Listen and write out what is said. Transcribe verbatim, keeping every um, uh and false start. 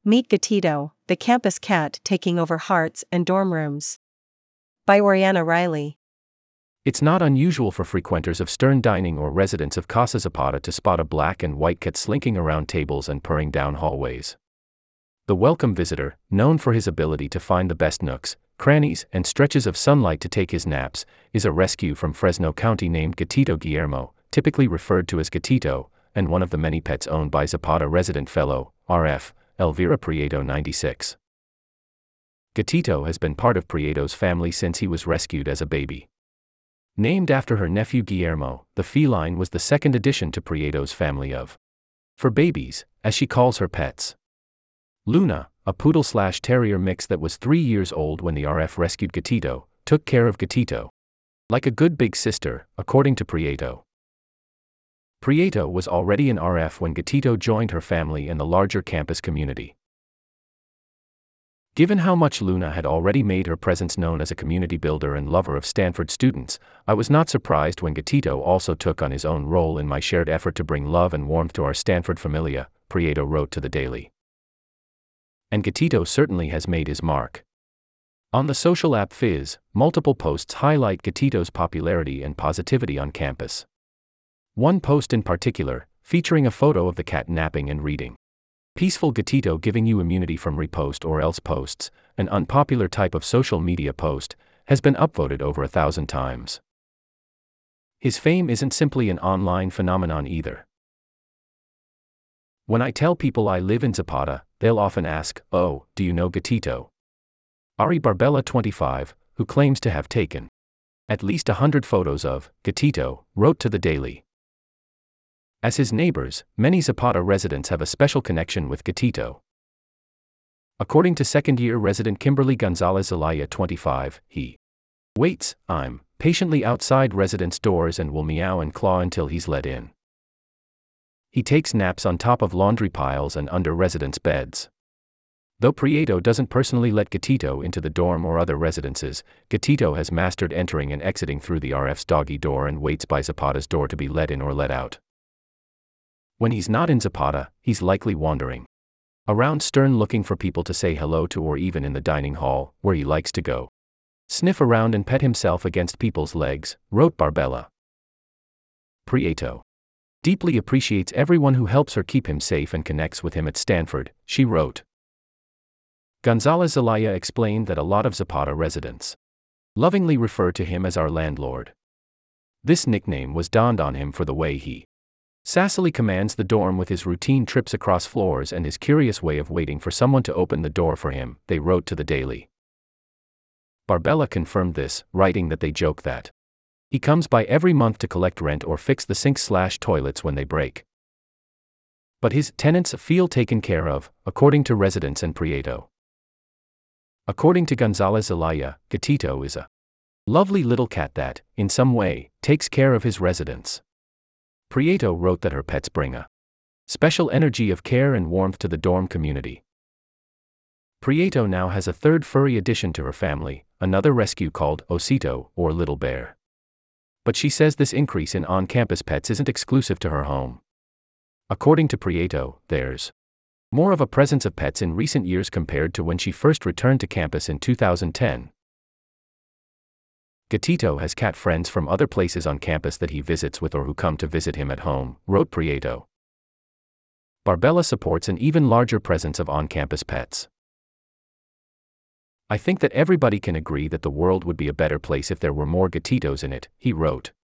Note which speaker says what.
Speaker 1: Meet Gatito, the campus cat taking over hearts and dorm rooms. By Oriana Riley.
Speaker 2: It's not unusual for frequenters of Stern Dining or residents of Casa Zapata to spot a black and white cat slinking around tables and purring down hallways. The welcome visitor, known for his ability to find the best nooks, crannies, and stretches of sunlight to take his naps, is a rescue from Fresno County named Gatito Guillermo, typically referred to as Gatito, and one of the many pets owned by Zapata resident fellow, R F, Elvira Prieto ninety-six. Gatito has been part of Prieto's family since he was rescued as a baby. Named after her nephew Guillermo, the feline was the second addition to Prieto's family of fur babies, as she calls her pets. Luna, a poodle-slash-terrier mix that was three years old when the R F rescued Gatito, took care of Gatito like a good big sister, according to Prieto. Prieto was already an R F when Gatito joined her family and the larger campus community. Given how much Luna had already made her presence known as a community builder and lover of Stanford students, I was not surprised when Gatito also took on his own role in my shared effort to bring love and warmth to our Stanford familia, Prieto wrote to the Daily. And Gatito certainly has made his mark. On the social app Fizz, multiple posts highlight Gatito's popularity and positivity on campus. One post in particular, featuring a photo of the cat napping and reading. Peaceful Gatito giving you immunity from repost or else posts, an unpopular type of social media post, has been upvoted over a thousand times. His fame isn't simply an online phenomenon either. When I tell people I live in Zapata, they'll often ask, "Oh, do you know Gatito?" Ari Barbella twenty-five, who claims to have taken at least a hundred photos of Gatito, wrote to the Daily. As his neighbors, many Zapata residents have a special connection with Gatito. According to second-year resident Kimberly Gonzalez Zelaya twenty-five, he waits, I'm, patiently outside residents' doors and will meow and claw until he's let in. He takes naps on top of laundry piles and under residents' beds. Though Prieto doesn't personally let Gatito into the dorm or other residences, Gatito has mastered entering and exiting through the R F's doggy door and waits by Zapata's door to be let in or let out. When he's not in Zapata, he's likely wandering around Stern looking for people to say hello to, or even in the dining hall, where he likes to go sniff around and pet himself against people's legs, wrote Barbella. Prieto deeply appreciates everyone who helps her keep him safe and connects with him at Stanford, she wrote. Gonzalez Zelaya explained that a lot of Zapata residents lovingly refer to him as our landlord. This nickname was donned on him for the way he sassily commands the dorm with his routine trips across floors and his curious way of waiting for someone to open the door for him, they wrote to the Daily. Barbella confirmed this, writing that they joke that he comes by every month to collect rent or fix the sinks slash toilets when they break. But his tenants feel taken care of, according to residents and Prieto. According to Gonzalez Zelaya, Gatito is a lovely little cat that, in some way, takes care of his residents. Prieto wrote that her pets bring a special energy of care and warmth to the dorm community. Prieto now has a third furry addition to her family, another rescue called Osito, or Little Bear. But she says this increase in on-campus pets isn't exclusive to her home. According to Prieto, there's more of a presence of pets in recent years compared to when she first returned to campus in two thousand ten. Gatito has cat friends from other places on campus that he visits with or who come to visit him at home, wrote Prieto. Barbella supports an even larger presence of on-campus pets. I think that everybody can agree that the world would be a better place if there were more Gatitos in it, he wrote.